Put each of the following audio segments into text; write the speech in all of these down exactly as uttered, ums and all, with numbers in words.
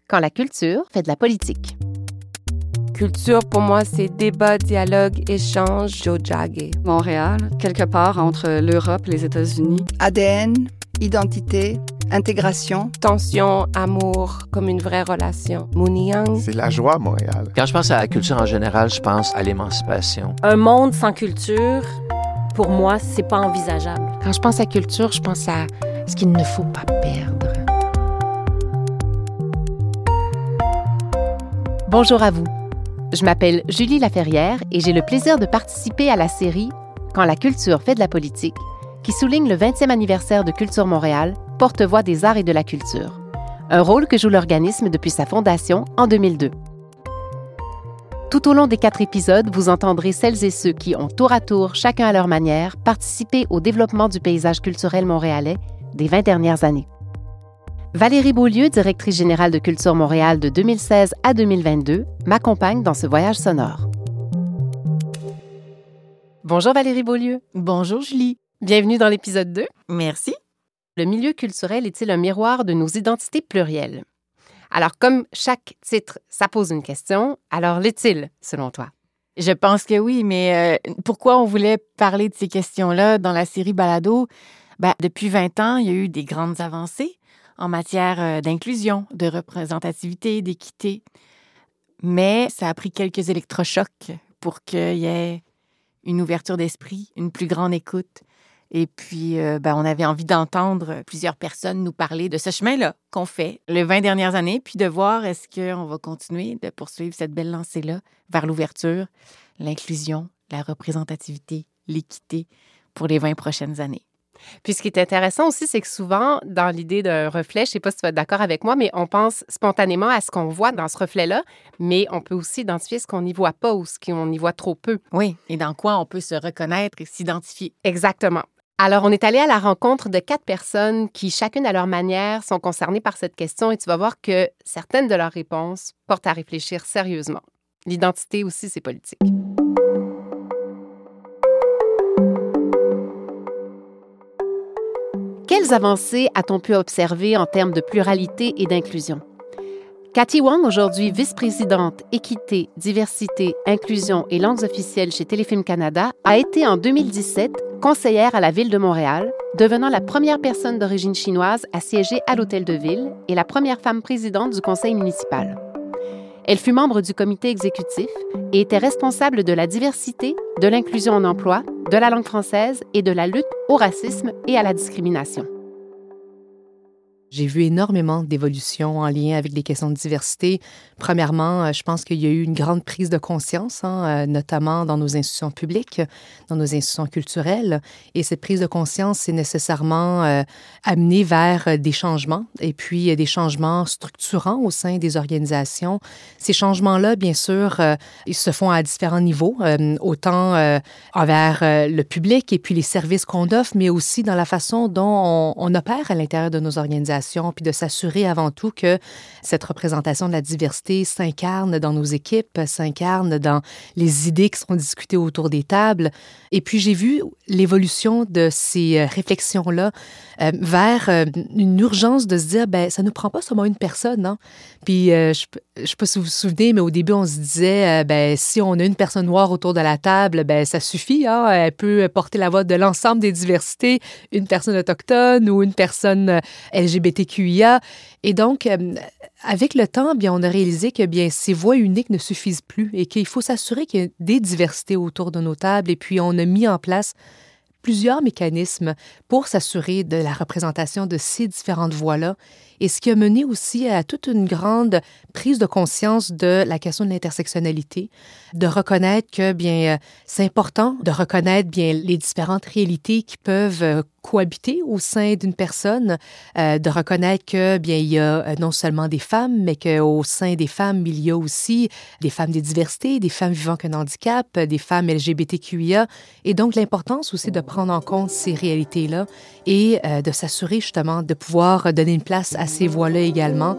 quand la culture fait de la politique. Culture, pour moi, c'est débat, dialogue, échange, jojage. Montréal, quelque part entre l'Europe et les États-Unis. A D N, identité, intégration. Tension, amour, comme une vraie relation. Mouniang. C'est la joie, Montréal. Quand je pense à la culture en général, je pense à l'émancipation. Un monde sans culture, pour moi, c'est pas envisageable. Quand je pense à culture, je pense à ce qu'il ne faut pas perdre. Bonjour à vous. Je m'appelle Julie Laferrière et j'ai le plaisir de participer à la série « Quand la culture fait de la politique » qui souligne le vingtième anniversaire de Culture Montréal, porte-voix des arts et de la culture. Un rôle que joue l'organisme depuis sa fondation en deux mille deux. Tout au long des quatre épisodes, vous entendrez celles et ceux qui ont tour à tour, chacun à leur manière, participé au développement du paysage culturel montréalais des vingt dernières années. Valérie Beaulieu, directrice générale de Culture Montréal de deux mille seize à deux mille vingt-deux, m'accompagne dans ce voyage sonore. Bonjour Valérie Beaulieu. Bonjour Julie. Bienvenue dans l'épisode deux. Merci. Le milieu culturel est-il un miroir de nos identités plurielles? Alors, comme chaque titre, ça pose une question, alors l'est-il, selon toi? Je pense que oui, mais euh, pourquoi on voulait parler de ces questions-là dans la série Balado? Ben, depuis vingt ans, il y a eu des grandes avancées en matière d'inclusion, de représentativité, d'équité. Mais ça a pris quelques électrochocs pour qu'il y ait une ouverture d'esprit, une plus grande écoute. Et puis, euh, ben, on avait envie d'entendre plusieurs personnes nous parler de ce chemin-là qu'on fait les vingt dernières années, puis de voir est-ce qu'on va continuer de poursuivre cette belle lancée-là vers l'ouverture, l'inclusion, la représentativité, l'équité pour les vingt prochaines années. Puis ce qui est intéressant aussi, c'est que souvent, dans l'idée d'un reflet, je ne sais pas si tu vas être d'accord avec moi, mais on pense spontanément à ce qu'on voit dans ce reflet-là, mais on peut aussi identifier ce qu'on n'y voit pas ou ce qu'on y voit trop peu. Oui, et dans quoi on peut se reconnaître et s'identifier. Exactement. Alors, on est allé à la rencontre de quatre personnes qui, chacune à leur manière, sont concernées par cette question et tu vas voir que certaines de leurs réponses portent à réfléchir sérieusement. L'identité aussi, c'est politique. Quelles avancées a-t-on pu observer en termes de pluralité et d'inclusion? Cathy Wong, aujourd'hui vice-présidente Équité, Diversité, Inclusion et Langues officielles chez Téléfilm Canada, a été en deux mille dix-sept conseillère à la Ville de Montréal, devenant la première personne d'origine chinoise à siéger à l'Hôtel de Ville et la première femme présidente du conseil municipal. Elle fut membre du comité exécutif et était responsable de la diversité, de l'inclusion en emploi, de la langue française et de la lutte au racisme et à la discrimination. J'ai vu énormément d'évolutions en lien avec les questions de diversité. Premièrement, je pense qu'il y a eu une grande prise de conscience, hein, notamment dans nos institutions publiques, dans nos institutions culturelles. Et cette prise de conscience, c'est nécessairement euh, amenée vers des changements et puis des changements structurants au sein des organisations. Ces changements-là, bien sûr, euh, ils se font à différents niveaux, euh, autant euh, envers euh, le public et puis les services qu'on offre, mais aussi dans la façon dont on, on opère à l'intérieur de nos organisations, puis de s'assurer avant tout que cette représentation de la diversité s'incarne dans nos équipes, s'incarne dans les idées qui sont discutées autour des tables. Et puis, j'ai vu l'évolution de ces réflexions-là euh, vers euh, une urgence de se dire, bien, ça ne nous prend pas seulement une personne, hein? Puis, euh, je ne sais pas si vous vous souvenez, mais au début, on se disait, euh, bien, si on a une personne noire autour de la table, bien, ça suffit, hein? Elle peut porter la voix de l'ensemble des diversités, une personne autochtone ou une personne L G B T Q I A. Et donc, euh, avec le temps, bien, on a réalisé que bien, ces voix uniques ne suffisent plus et qu'il faut s'assurer qu'il y a des diversités autour de nos tables. Et puis, on a mis en place plusieurs mécanismes pour s'assurer de la représentation de ces différentes voix-là. Et ce qui a mené aussi à toute une grande prise de conscience de la question de l'intersectionnalité, de reconnaître que, bien, c'est important de reconnaître, bien, les différentes réalités qui peuvent cohabiter au sein d'une personne, euh, de reconnaître que, bien, il y a non seulement des femmes, mais qu'au sein des femmes, il y a aussi des femmes des diversités, des femmes vivant avec un handicap, des femmes L G B T Q I A. Et donc, l'importance aussi de prendre en compte ces réalités-là et euh, de s'assurer, justement, de pouvoir donner une place à ces voix-là également.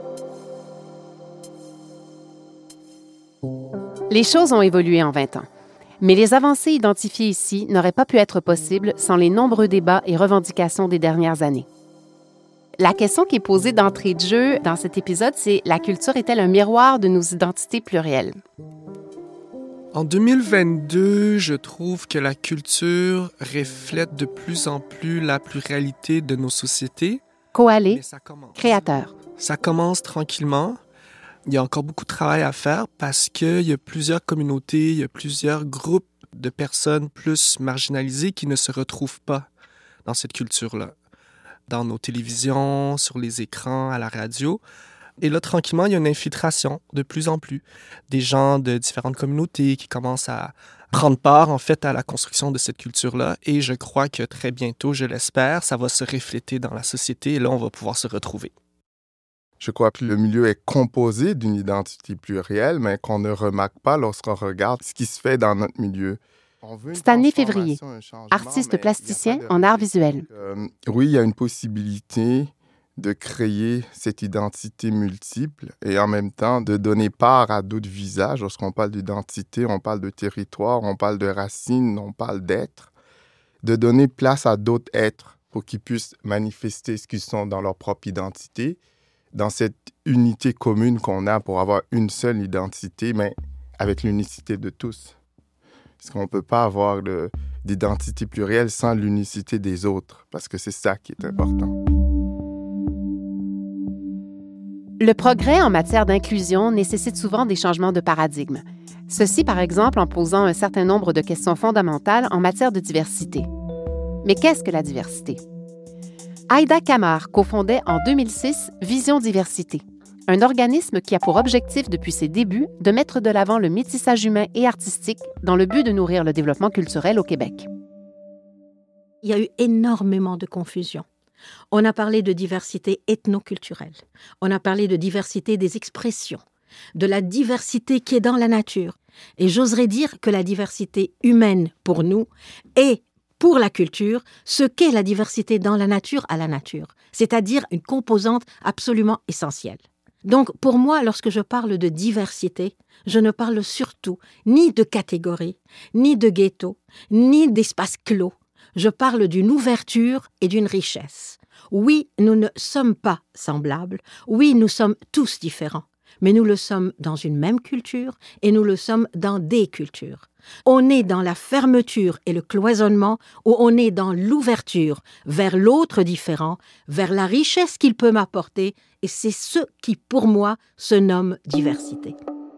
Les choses ont évolué en vingt ans. Mais les avancées identifiées ici n'auraient pas pu être possibles sans les nombreux débats et revendications des dernières années. La question qui est posée d'entrée de jeu dans cet épisode, c'est « La culture est-elle un miroir de nos identités plurielles? » En deux mille vingt-deux, je trouve que la culture reflète de plus en plus la pluralité de nos sociétés. Koalé, créateur. Ça commence tranquillement. Il y a encore beaucoup de travail à faire parce qu'il y a plusieurs communautés, il y a plusieurs groupes de personnes plus marginalisées qui ne se retrouvent pas dans cette culture-là. Dans nos télévisions, sur les écrans, à la radio. Et là, tranquillement, il y a une infiltration de plus en plus. Des gens de différentes communautés qui commencent à prendre part, en fait, à la construction de cette culture-là. Et je crois que très bientôt, je l'espère, ça va se refléter dans la société et là, on va pouvoir se retrouver. Je crois que le milieu est composé d'une identité plurielle, mais qu'on ne remarque pas lorsqu'on regarde ce qui se fait dans notre milieu. Stanley Février, artiste plasticien en art visuel. Euh, oui, il y a une possibilité de créer cette identité multiple et en même temps de donner part à d'autres visages. Lorsqu'on parle d'identité, on parle de territoire, on parle de racines, on parle d'être. De donner place à d'autres êtres pour qu'ils puissent manifester ce qu'ils sont dans leur propre identité, dans cette unité commune qu'on a pour avoir une seule identité, mais avec l'unicité de tous. Parce qu'on ne peut pas avoir de, d'identité plurielle sans l'unicité des autres, parce que c'est ça qui est important. Le progrès en matière d'inclusion nécessite souvent des changements de paradigme. Ceci, par exemple, en posant un certain nombre de questions fondamentales en matière de diversité. Mais qu'est-ce que la diversité? Aïda Kamar cofondait en deux mille six Vision Diversité, un organisme qui a pour objectif depuis ses débuts de mettre de l'avant le métissage humain et artistique dans le but de nourrir le développement culturel au Québec. Il y a eu énormément de confusion. On a parlé de diversité ethnoculturelle, on a parlé de diversité des expressions, de la diversité qui est dans la nature. Et j'oserais dire que la diversité humaine pour nous est, pour la culture, ce qu'est la diversité dans la nature à la nature, c'est-à-dire une composante absolument essentielle. Donc, pour moi, lorsque je parle de diversité, je ne parle surtout ni de catégories, ni de ghettos, ni d'espaces clos. Je parle d'une ouverture et d'une richesse. Oui, nous ne sommes pas semblables. Oui, nous sommes tous différents. Mais nous le sommes dans une même culture et nous le sommes dans des cultures. On est dans la fermeture et le cloisonnement ou on est dans l'ouverture vers l'autre différent, vers la richesse qu'il peut m'apporter et c'est ce qui, pour moi, se nomme diversité.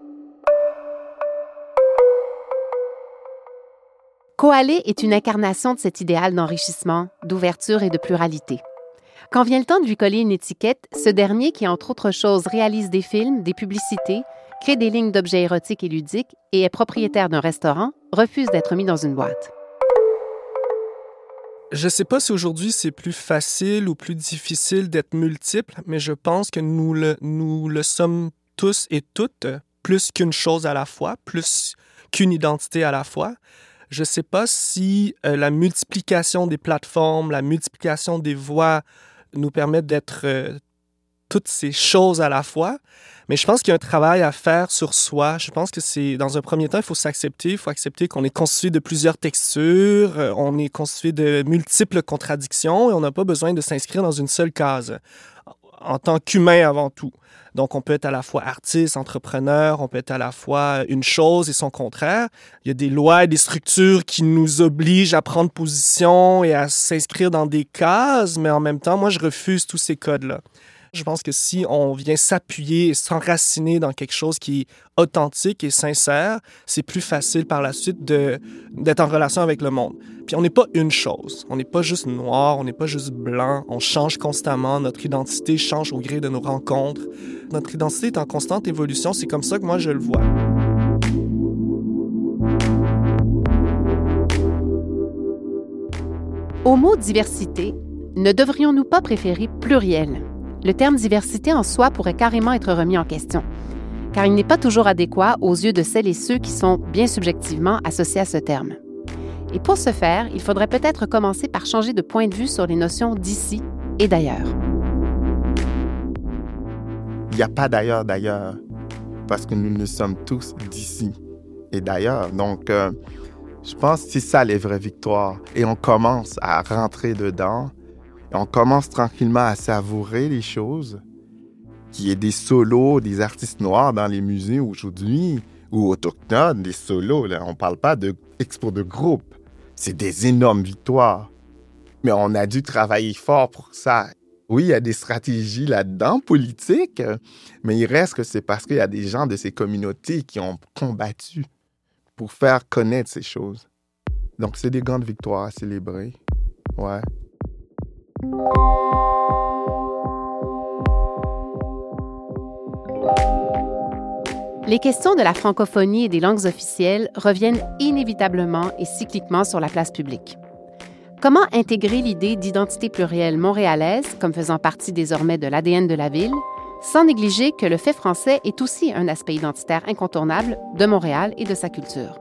Koalé est une incarnation de cet idéal d'enrichissement, d'ouverture et de pluralité. Quand vient le temps de lui coller une étiquette, ce dernier qui, entre autres choses, réalise des films, des publicités, crée des lignes d'objets érotiques et ludiques et est propriétaire d'un restaurant, refuse d'être mis dans une boîte. Je ne sais pas si aujourd'hui c'est plus facile ou plus difficile d'être multiple, mais je pense que nous le, nous le sommes tous et toutes, plus qu'une chose à la fois, plus qu'une identité à la fois. Je ne sais pas si euh, la multiplication des plateformes, la multiplication des voix nous permettent d'être euh, toutes ces choses à la fois, mais je pense qu'il y a un travail à faire sur soi. Je pense que c'est, dans un premier temps, il faut s'accepter, il faut accepter qu'on est constitué de plusieurs textures, euh, on est constitué de multiples contradictions et on n'a pas besoin de s'inscrire dans une seule case, en tant qu'humain avant tout. Donc, on peut être à la fois artiste, entrepreneur, on peut être à la fois une chose et son contraire. Il y a des lois et des structures qui nous obligent à prendre position et à s'inscrire dans des cases, mais en même temps, moi, je refuse tous ces codes-là. Je pense que si on vient s'appuyer et s'enraciner dans quelque chose qui est authentique et sincère, c'est plus facile par la suite de, d'être en relation avec le monde. Puis on n'est pas une chose, on n'est pas juste noir, on n'est pas juste blanc, on change constamment, notre identité change au gré de nos rencontres. Notre identité est en constante évolution, c'est comme ça que moi je le vois. Au mot diversité, ne devrions-nous pas préférer pluriel? Le terme diversité en soi pourrait carrément être remis en question, car il n'est pas toujours adéquat aux yeux de celles et ceux qui sont bien subjectivement associés à ce terme. Et pour ce faire, il faudrait peut-être commencer par changer de point de vue sur les notions d'ici et d'ailleurs. Il n'y a pas d'ailleurs d'ailleurs, parce que nous ne sommes tous d'ici et d'ailleurs. Donc, euh, je pense que c'est ça les vraies victoires. Et on commence à rentrer dedans Et on commence tranquillement à savourer les choses. Qu'il y ait des solos, des artistes noirs dans les musées aujourd'hui, ou autochtones, des solos. Là. On ne parle pas d'expo de groupe. C'est des énormes victoires. Mais on a dû travailler fort pour ça. Oui, il y a des stratégies là-dedans, politiques, mais il reste que c'est parce qu'il y a des gens de ces communautés qui ont combattu pour faire connaître ces choses. Donc, c'est des grandes victoires à célébrer. Ouais. Les questions de la francophonie et des langues officielles reviennent inévitablement et cycliquement sur la place publique. Comment intégrer l'idée d'identité plurielle montréalaise comme faisant partie désormais de l'A D N de la ville, sans négliger que le fait français est aussi un aspect identitaire incontournable de Montréal et de sa culture?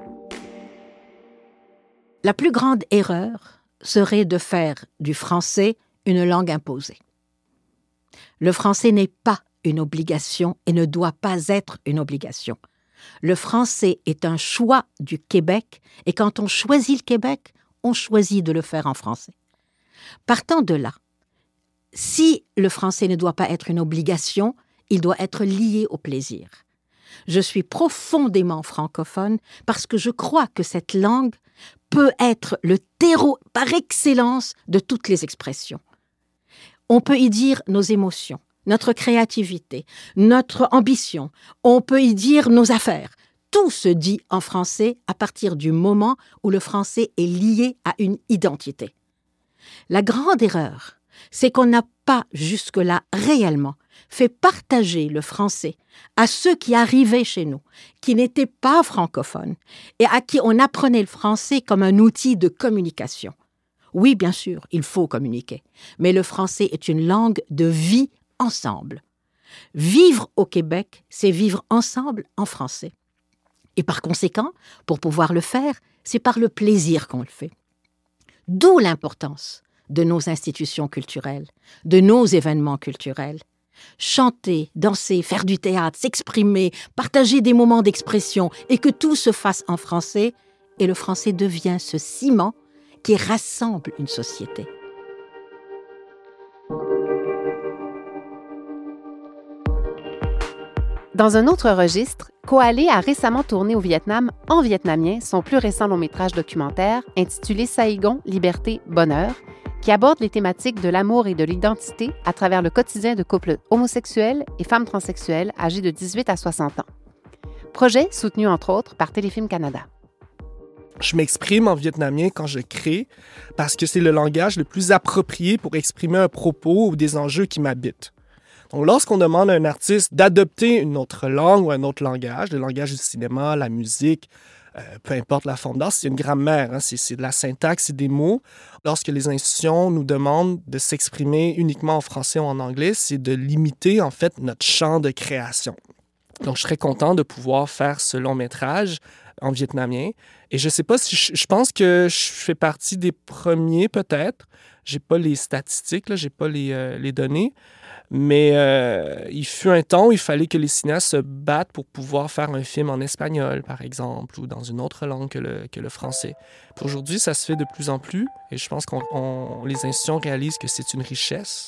La plus grande erreur serait de faire du français une langue imposée. Le français n'est pas une obligation et ne doit pas être une obligation. Le français est un choix du Québec et quand on choisit le Québec, on choisit de le faire en français. Partant de là, si le français ne doit pas être une obligation, il doit être lié au plaisir. Je suis profondément francophone parce que je crois que cette langue peut être le terreau par excellence de toutes les expressions. On peut y dire nos émotions, notre créativité, notre ambition. On peut y dire nos affaires. Tout se dit en français à partir du moment où le français est lié à une identité. La grande erreur, c'est qu'on n'a pas jusque-là réellement fait partager le français à ceux qui arrivaient chez nous, qui n'étaient pas francophones et à qui on apprenait le français comme un outil de communication. Oui, bien sûr, il faut communiquer, mais le français est une langue de vie ensemble. Vivre au Québec, c'est vivre ensemble en français. Et par conséquent, pour pouvoir le faire, c'est par le plaisir qu'on le fait. D'où l'importance de nos institutions culturelles, de nos événements culturels. Chanter, danser, faire du théâtre, s'exprimer, partager des moments d'expression et que tout se fasse en français, et le français devient ce ciment qui rassemble une société. Dans un autre registre, Koalé a récemment tourné au Vietnam en vietnamien son plus récent long-métrage documentaire intitulé Saigon, Liberté, Bonheur, qui aborde les thématiques de l'amour et de l'identité à travers le quotidien de couples homosexuels et femmes transsexuelles âgés de dix-huit à soixante ans. Projet soutenu entre autres par Téléfilm Canada. Je m'exprime en vietnamien quand je crée parce que c'est le langage le plus approprié pour exprimer un propos ou des enjeux qui m'habitent. Donc, lorsqu'on demande à un artiste d'adopter une autre langue ou un autre langage, le langage du cinéma, la musique, euh, peu importe la forme d'art, c'est une grammaire, hein, c'est, c'est de la syntaxe, c'est des mots. Lorsque les institutions nous demandent de s'exprimer uniquement en français ou en anglais, c'est de limiter, en fait, notre champ de création. Donc, je serais content de pouvoir faire ce long-métrage en vietnamien. Et je ne sais pas si... Je, je pense que je fais partie des premiers, peut-être. Je n'ai pas les statistiques, je n'ai pas les, euh, les données. Mais euh, il fut un temps où il fallait que les cinéastes se battent pour pouvoir faire un film en espagnol, par exemple, ou dans une autre langue que le, que le français. Puis aujourd'hui, ça se fait de plus en plus. Et je pense que les institutions réalisent que c'est une richesse.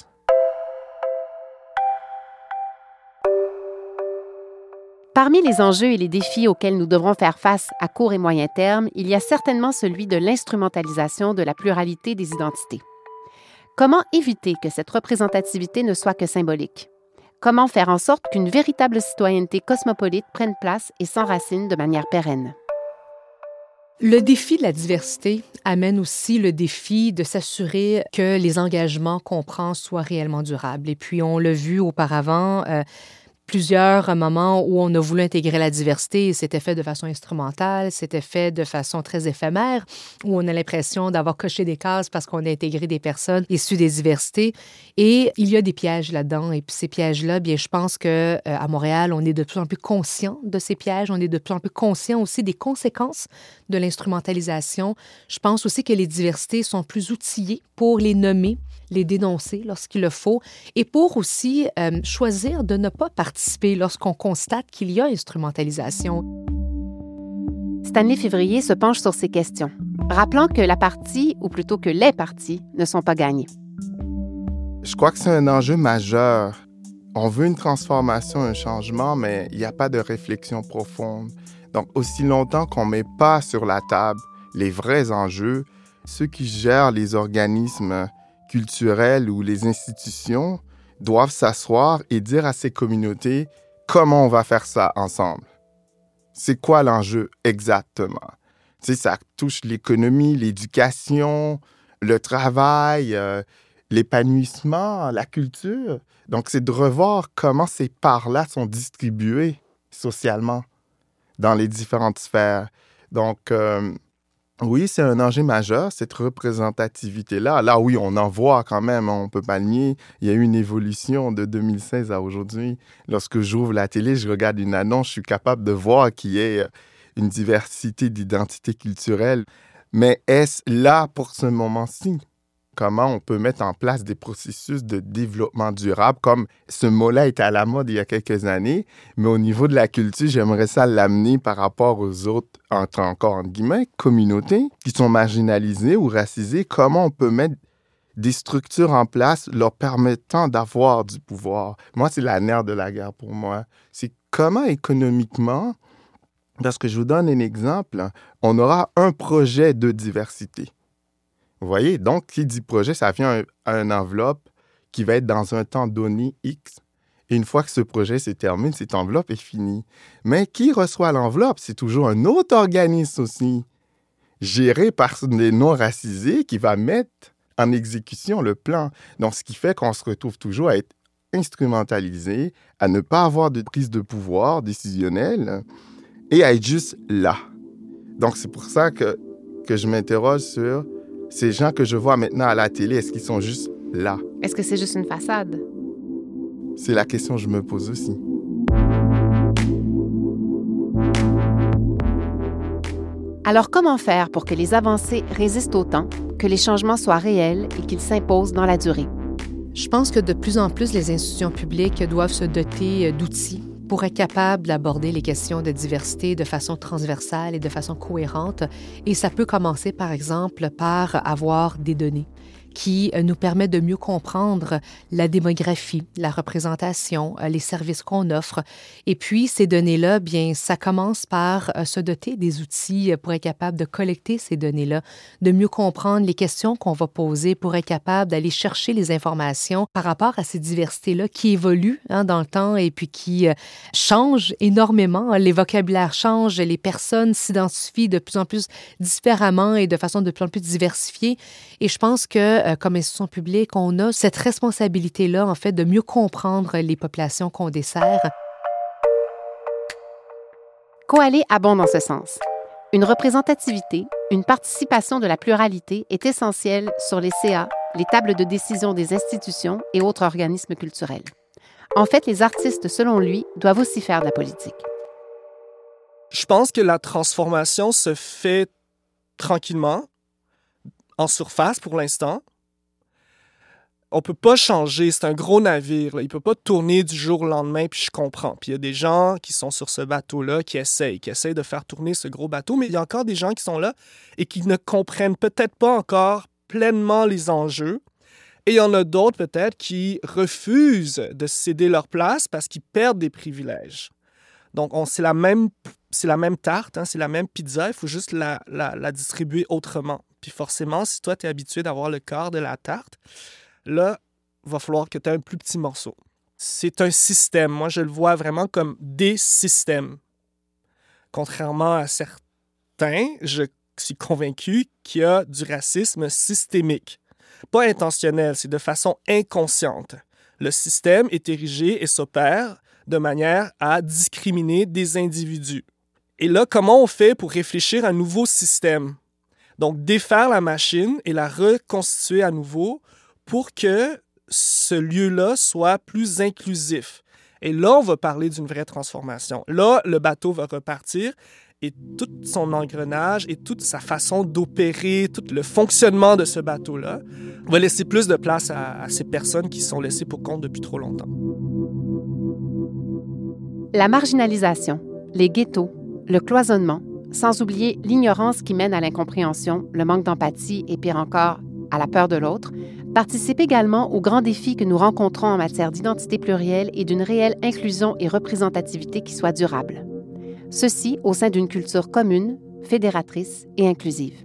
Parmi les enjeux et les défis auxquels nous devrons faire face à court et moyen terme, il y a certainement celui de l'instrumentalisation de la pluralité des identités. Comment éviter que cette représentativité ne soit que symbolique? Comment faire en sorte qu'une véritable citoyenneté cosmopolite prenne place et s'enracine de manière pérenne? Le défi de la diversité amène aussi le défi de s'assurer que les engagements qu'on prend soient réellement durables. Et puis, on l'a vu auparavant, euh, plusieurs moments où on a voulu intégrer la diversité, c'était fait de façon instrumentale, c'était fait de façon très éphémère, où on a l'impression d'avoir coché des cases parce qu'on a intégré des personnes issues des diversités. Et il y a des pièges là-dedans. Et puis ces pièges-là, bien, je pense qu'à euh, Montréal, on est de plus en plus conscient de ces pièges, on est de plus en plus conscient aussi des conséquences de l'instrumentalisation. Je pense aussi que les diversités sont plus outillées pour les nommer, les dénoncer lorsqu'il le faut, et pour aussi euh, choisir de ne pas participer lorsqu'on constate qu'il y a instrumentalisation. Stanley Février se penche sur ces questions, rappelant que la partie, ou plutôt que les parties, ne sont pas gagnées. Je crois que c'est un enjeu majeur. On veut une transformation, un changement, mais il n'y a pas de réflexion profonde. Donc, aussi longtemps qu'on ne met pas sur la table les vrais enjeux, ceux qui gèrent les organismes culturels ou les institutions doivent s'asseoir et dire à ces communautés comment on va faire ça ensemble. C'est quoi l'enjeu exactement? Tu sais, ça touche l'économie, l'éducation, le travail, euh, l'épanouissement, la culture. Donc, c'est de revoir comment ces parts-là sont distribuées socialement dans les différentes sphères. Donc, euh, oui, c'est un enjeu majeur, cette représentativité-là. Là, oui, on en voit quand même, on ne peut pas le nier. Il y a eu une évolution de deux mille seize à aujourd'hui. Lorsque j'ouvre la télé, je regarde une annonce, je suis capable de voir qu'il y a une diversité d'identités culturelles. Mais est-ce là pour ce moment-ci? Comment on peut mettre en place des processus de développement durable, comme ce mot-là était à la mode il y a quelques années, mais au niveau de la culture, j'aimerais ça l'amener par rapport aux autres, entre encore entre guillemets, communautés qui sont marginalisées ou racisées. Comment on peut mettre des structures en place leur permettant d'avoir du pouvoir? Moi, c'est la nerf de la guerre pour moi. C'est comment économiquement, parce que je vous donne un exemple, on aura un projet de diversité. Vous voyez? Donc, qui dit projet, ça vient à une enveloppe qui va être dans un temps donné X. Et une fois que ce projet se termine, cette enveloppe est finie. Mais qui reçoit l'enveloppe? C'est toujours un autre organisme aussi, géré par des non-racisés, qui va mettre en exécution le plan. Donc, ce qui fait qu'on se retrouve toujours à être instrumentalisé, à ne pas avoir de prise de pouvoir décisionnelle et à être juste là. Donc, c'est pour ça que, que je m'interroge sur ces gens que je vois maintenant à la télé, est-ce qu'ils sont juste là? Est-ce que c'est juste une façade? C'est la question que je me pose aussi. Alors, comment faire pour que les avancées résistent autant, que les changements soient réels et qu'ils s'imposent dans la durée? Je pense que de plus en plus, les institutions publiques doivent se doter d'outils pour être capables d'aborder les questions de diversité de façon transversale et de façon cohérente. Et ça peut commencer, par exemple, par avoir des données qui nous permettent de mieux comprendre la démographie, la représentation, les services qu'on offre. Et puis, ces données-là, bien, ça commence par se doter des outils pour être capable de collecter ces données-là, de mieux comprendre les questions qu'on va poser pour être capable d'aller chercher les informations par rapport à ces diversités-là qui évoluent hein, dans le temps et puis qui euh, changent énormément. Les vocabulaires changent, les personnes s'identifient de plus en plus différemment et de façon de plus en plus diversifiée. Et je pense que comme institution publique, on a cette responsabilité-là, en fait, de mieux comprendre les populations qu'on dessert. Coaler abonde dans ce sens. Une représentativité, une participation de la pluralité est essentielle sur les C A, les tables de décision des institutions et autres organismes culturels. En fait, les artistes, selon lui, doivent aussi faire de la politique. Je pense que la transformation se fait tranquillement, en surface pour l'instant. On peut pas changer, c'est un gros navire, là. Il peut pas tourner du jour au lendemain, puis je comprends. Puis il y a des gens qui sont sur ce bateau-là, qui essayent, qui essayent de faire tourner ce gros bateau, mais il y a encore des gens qui sont là et qui ne comprennent peut-être pas encore pleinement les enjeux. Et il y en a d'autres peut-être qui refusent de céder leur place parce qu'ils perdent des privilèges. Donc, on, c'est, la même, c'est la même tarte, hein, c'est la même pizza, il faut juste la, la, la distribuer autrement. Puis forcément, si toi, tu es habitué d'avoir le quart de la tarte, là, il va falloir que tu aies un plus petit morceau. C'est un système. Moi, je le vois vraiment comme des systèmes. Contrairement à certains, je suis convaincu qu'il y a du racisme systémique. Pas intentionnel, c'est de façon inconsciente. Le système est érigé et s'opère de manière à discriminer des individus. Et là, comment on fait pour réfléchir à un nouveau système? Donc, défaire la machine et la reconstituer à nouveau pour que ce lieu-là soit plus inclusif. Et là, on va parler d'une vraie transformation. Là, le bateau va repartir et tout son engrenage et toute sa façon d'opérer, tout le fonctionnement de ce bateau-là va laisser plus de place à, à ces personnes qui sont laissées pour compte depuis trop longtemps. La marginalisation, les ghettos, le cloisonnement, sans oublier l'ignorance qui mène à l'incompréhension, le manque d'empathie et pire encore, à la peur de l'autre, Participe également aux grands défis que nous rencontrons en matière d'identité plurielle et d'une réelle inclusion et représentativité qui soit durable. Ceci au sein d'une culture commune, fédératrice et inclusive.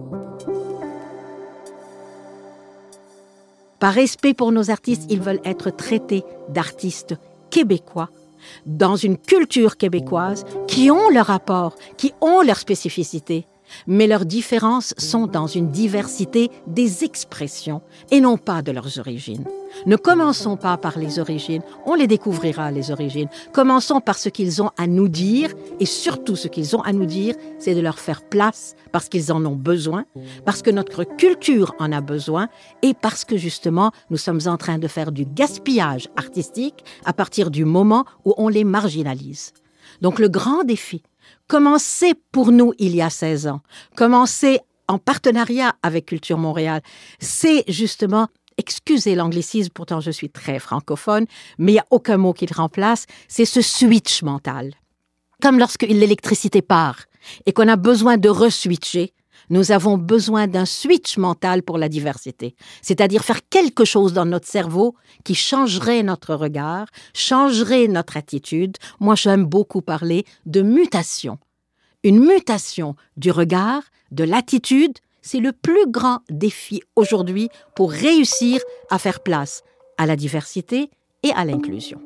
Par respect pour nos artistes, ils veulent être traités d'artistes québécois dans une culture québécoise qui ont leur apport, qui ont leur spécificité. Mais leurs différences sont dans une diversité des expressions et non pas de leurs origines. Ne commençons pas par les origines, on les découvrira, les origines. Commençons par ce qu'ils ont à nous dire, et surtout ce qu'ils ont à nous dire, c'est de leur faire place parce qu'ils en ont besoin, parce que notre culture en a besoin et parce que justement, nous sommes en train de faire du gaspillage artistique à partir du moment où on les marginalise. Donc le grand défi, commencer pour nous il y a seize ans, commencer en partenariat avec Culture Montréal, c'est justement, excusez l'anglicisme, pourtant je suis très francophone, mais il n'y a aucun mot qui le remplace, c'est ce switch mental. Comme lorsque l'électricité part et qu'on a besoin de re-switcher, nous avons besoin d'un switch mental pour la diversité, c'est-à-dire faire quelque chose dans notre cerveau qui changerait notre regard, changerait notre attitude. Moi, j'aime beaucoup parler de mutation. Une mutation du regard, de l'attitude, c'est le plus grand défi aujourd'hui pour réussir à faire place à la diversité et à l'inclusion.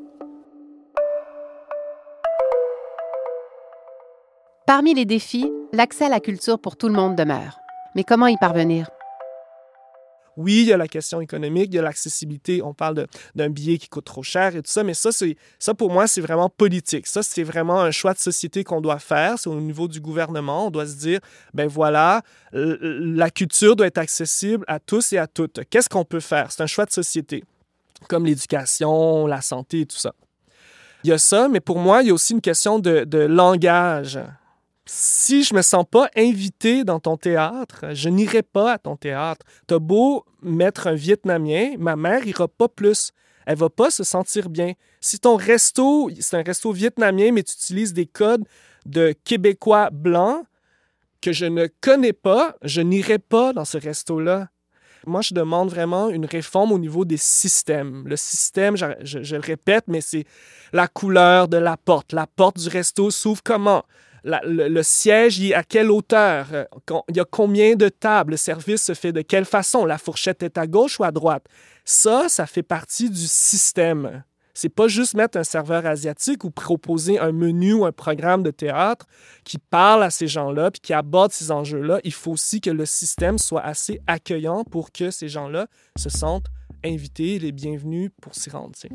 Parmi les défis, l'accès à la culture pour tout le monde demeure. Mais comment y parvenir? Oui, il y a la question économique, il y a l'accessibilité. On parle de, d'un billet qui coûte trop cher et tout ça, mais ça, c'est, ça, pour moi, c'est vraiment politique. Ça, c'est vraiment un choix de société qu'on doit faire. C'est au niveau du gouvernement. On doit se dire, ben voilà, la culture doit être accessible à tous et à toutes. Qu'est-ce qu'on peut faire? C'est un choix de société, comme l'éducation, la santé et tout ça. Il y a ça, mais pour moi, il y a aussi une question de, de langage. Si je me sens pas invité dans ton théâtre, je n'irai pas à ton théâtre. T'as beau mettre un Vietnamien, ma mère ira pas plus. Elle va pas se sentir bien. Si ton resto, c'est un resto vietnamien, mais tu utilises des codes de Québécois blancs que je ne connais pas, je n'irai pas dans ce resto-là. Moi, je demande vraiment une réforme au niveau des systèmes. Le système, je, je, je le répète, mais c'est la couleur de la porte. La porte du resto s'ouvre comment? La, le, le siège, il est à quelle hauteur? Il y a combien de tables? Le service se fait de quelle façon? La fourchette est à gauche ou à droite? Ça, ça fait partie du système. C'est pas juste mettre un serveur asiatique ou proposer un menu ou un programme de théâtre qui parle à ces gens-là puis qui aborde ces enjeux-là. Il faut aussi que le système soit assez accueillant pour que ces gens-là se sentent invités, les bienvenus pour s'y rendre. T'sais.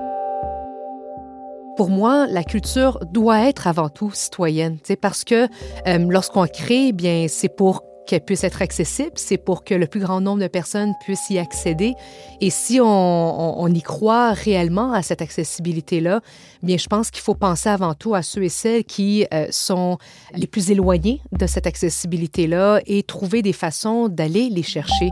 Pour moi, la culture doit être avant tout citoyenne, parce que euh, lorsqu'on crée, bien, c'est pour qu'elle puisse être accessible, c'est pour que le plus grand nombre de personnes puissent y accéder. Et si on, on, on y croit réellement à cette accessibilité-là, bien, je pense qu'il faut penser avant tout à ceux et celles qui euh, sont les plus éloignés de cette accessibilité-là et trouver des façons d'aller les chercher.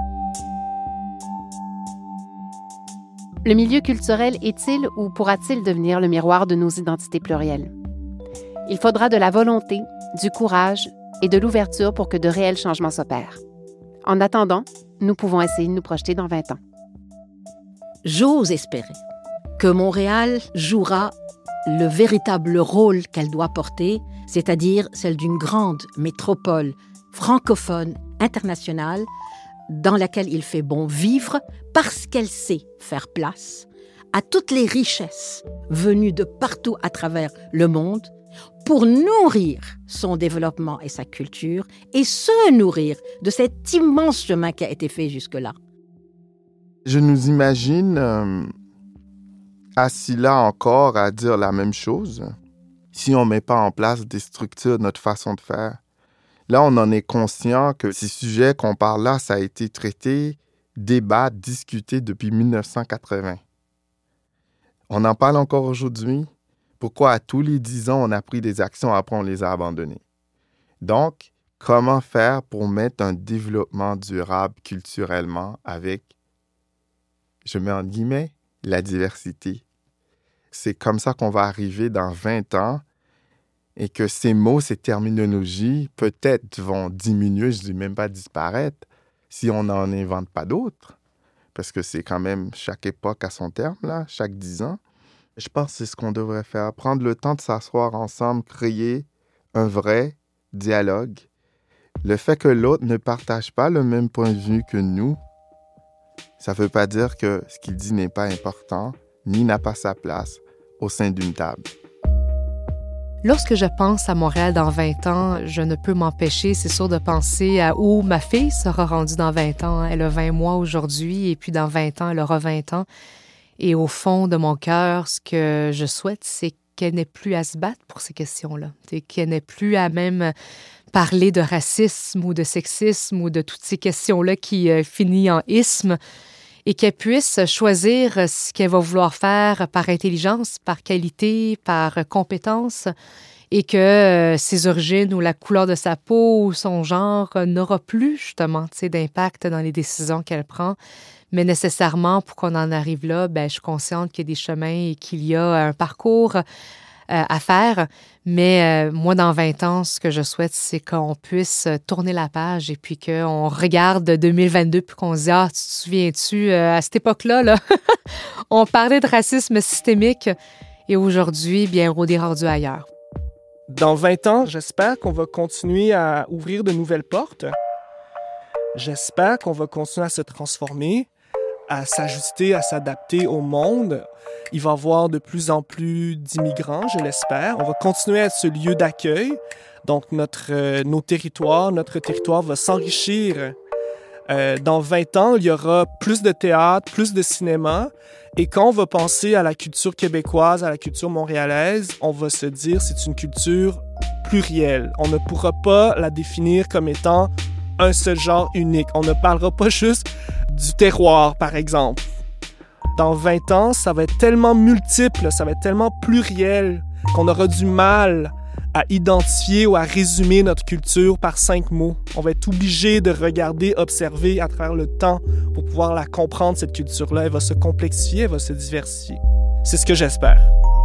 Le milieu culturel est-il ou pourra-t-il devenir le miroir de nos identités plurielles? Il faudra de la volonté, du courage et de l'ouverture pour que de réels changements s'opèrent. En attendant, nous pouvons essayer de nous projeter dans vingt ans. J'ose espérer que Montréal jouera le véritable rôle qu'elle doit porter, c'est-à-dire celle d'une grande métropole francophone internationale dans laquelle il fait bon vivre parce qu'elle sait faire place à toutes les richesses venues de partout à travers le monde pour nourrir son développement et sa culture et se nourrir de cet immense chemin qui a été fait jusque-là. Je nous imagine euh, assis là encore à dire la même chose si on ne met pas en place des structures de notre façon de faire. Là, on en est conscient que ces sujets qu'on parle là, ça a été traité, débat, discuté depuis dix-neuf cent quatre-vingts. On en parle encore aujourd'hui. Pourquoi à tous les dix ans, on a pris des actions, après on les a abandonnées? Donc, comment faire pour mettre un développement durable culturellement avec, je mets en guillemets, la diversité? C'est comme ça qu'on va arriver dans vingt ans et que ces mots, ces terminologies, peut-être vont diminuer, je ne dis même pas disparaître, si on n'en invente pas d'autres. parce que c'est quand même chaque époque à son terme, là, chaque dix ans. Je pense que c'est ce qu'on devrait faire, prendre le temps de s'asseoir ensemble, créer un vrai dialogue. Le fait que l'autre ne partage pas le même point de vue que nous, ça ne veut pas dire que ce qu'il dit n'est pas important, ni n'a pas sa place au sein d'une table. Lorsque je pense à Montréal dans vingt ans, je ne peux m'empêcher, c'est sûr, de penser à où ma fille sera rendue dans vingt ans. Elle a vingt mois aujourd'hui, et puis dans vingt ans, elle aura vingt ans. Et au fond de mon cœur, ce que je souhaite, c'est qu'elle n'ait plus à se battre pour ces questions-là. C'est qu'elle n'ait plus à même parler de racisme ou de sexisme ou de toutes ces questions-là qui euh, finissent en isme, et qu'elle puisse choisir ce qu'elle va vouloir faire par intelligence, par qualité, par compétence, et que euh, ses origines ou la couleur de sa peau ou son genre euh, n'aura plus justement d'impact dans les décisions qu'elle prend. Mais nécessairement, pour qu'on en arrive là, ben, je suis consciente qu'il y a des chemins et qu'il y a un parcours euh, à faire. Mais euh, moi, dans vingt ans, ce que je souhaite, c'est qu'on puisse tourner la page et puis qu'on regarde deux mille vingt-deux puis qu'on se dise « Ah, tu te souviens-tu, euh, à cette époque-là, là, on parlait de racisme systémique et aujourd'hui, bien, on est rendu ailleurs. » Dans vingt ans, j'espère qu'on va continuer à ouvrir de nouvelles portes. J'espère qu'on va continuer à se transformer, à s'ajuster, à s'adapter au monde. Il va y avoir de plus en plus d'immigrants, je l'espère. On va continuer à être ce lieu d'accueil. Donc, notre, euh, nos territoires, notre territoire va s'enrichir. Euh, dans vingt ans, il y aura plus de théâtre, plus de cinéma. Et quand on va penser à la culture québécoise, à la culture montréalaise, on va se dire que c'est une culture plurielle. On ne pourra pas la définir comme étant un seul genre unique. On ne parlera pas juste du terroir, par exemple. Dans vingt ans, ça va être tellement multiple, ça va être tellement pluriel qu'on aura du mal à identifier ou à résumer notre culture par cinq mots. On va être obligé de regarder, observer à travers le temps pour pouvoir la comprendre, cette culture-là. Elle va se complexifier, elle va se diversifier. C'est ce que j'espère.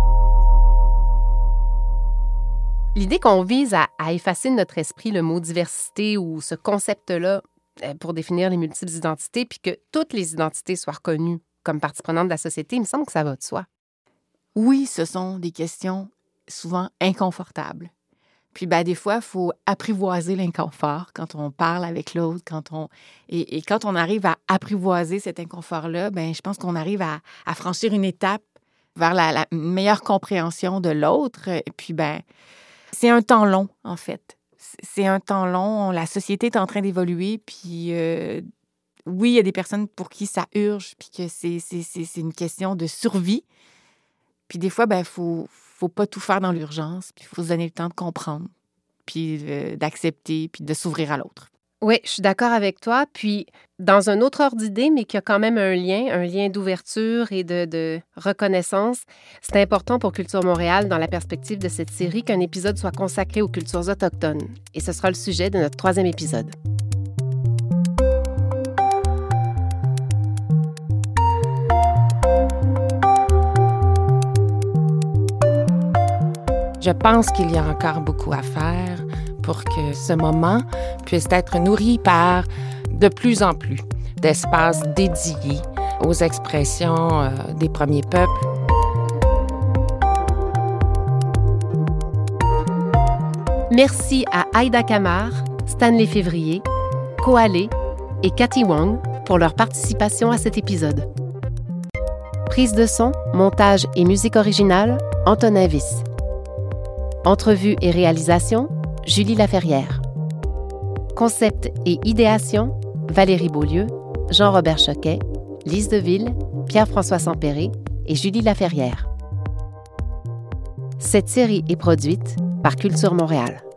L'idée qu'on vise à, à effacer de notre esprit le mot diversité ou ce concept-là pour définir les multiples identités, puis que toutes les identités soient reconnues comme partie prenante de la société, il me semble que ça va de soi. Oui, ce sont des questions souvent inconfortables. Puis, ben, des fois, il faut apprivoiser l'inconfort quand on parle avec l'autre, quand on... Et, et quand on arrive à apprivoiser cet inconfort-là, ben, je pense qu'on arrive à, à franchir une étape vers la, la meilleure compréhension de l'autre. Et puis, ben, c'est un temps long, en fait. C'est un temps long. La société est en train d'évoluer, puis... Euh, oui, il y a des personnes pour qui ça urge, puis que c'est, c'est, c'est, c'est une question de survie. Puis des fois, ben, il faut, faut pas tout faire dans l'urgence, puis il faut se donner le temps de comprendre, puis euh, d'accepter, puis de s'ouvrir à l'autre. Oui, je suis d'accord avec toi. Puis, dans un autre ordre d'idée, mais qui a quand même un lien, un lien d'ouverture et de, de reconnaissance, c'est important pour Culture Montréal, dans la perspective de cette série, qu'un épisode soit consacré aux cultures autochtones. Et ce sera le sujet de notre troisième épisode. Je pense qu'il y a encore beaucoup à faire pour que ce moment puisse être nourri par de plus en plus d'espaces dédiés aux expressions euh, des premiers peuples. Merci à Aïda Camar, Stanley Février, Koalé et Cathy Wong pour leur participation à cet épisode. Prise de son, montage et musique originale, Antonin Wyss. Entrevue et réalisation, Julie Laferrière. Concept et idéation, Valérie Beaulieu, Jean-Robert Choquet, Lise Deville, Pierre-François Sampéré et Julie Laferrière. Cette série est produite par Culture Montréal.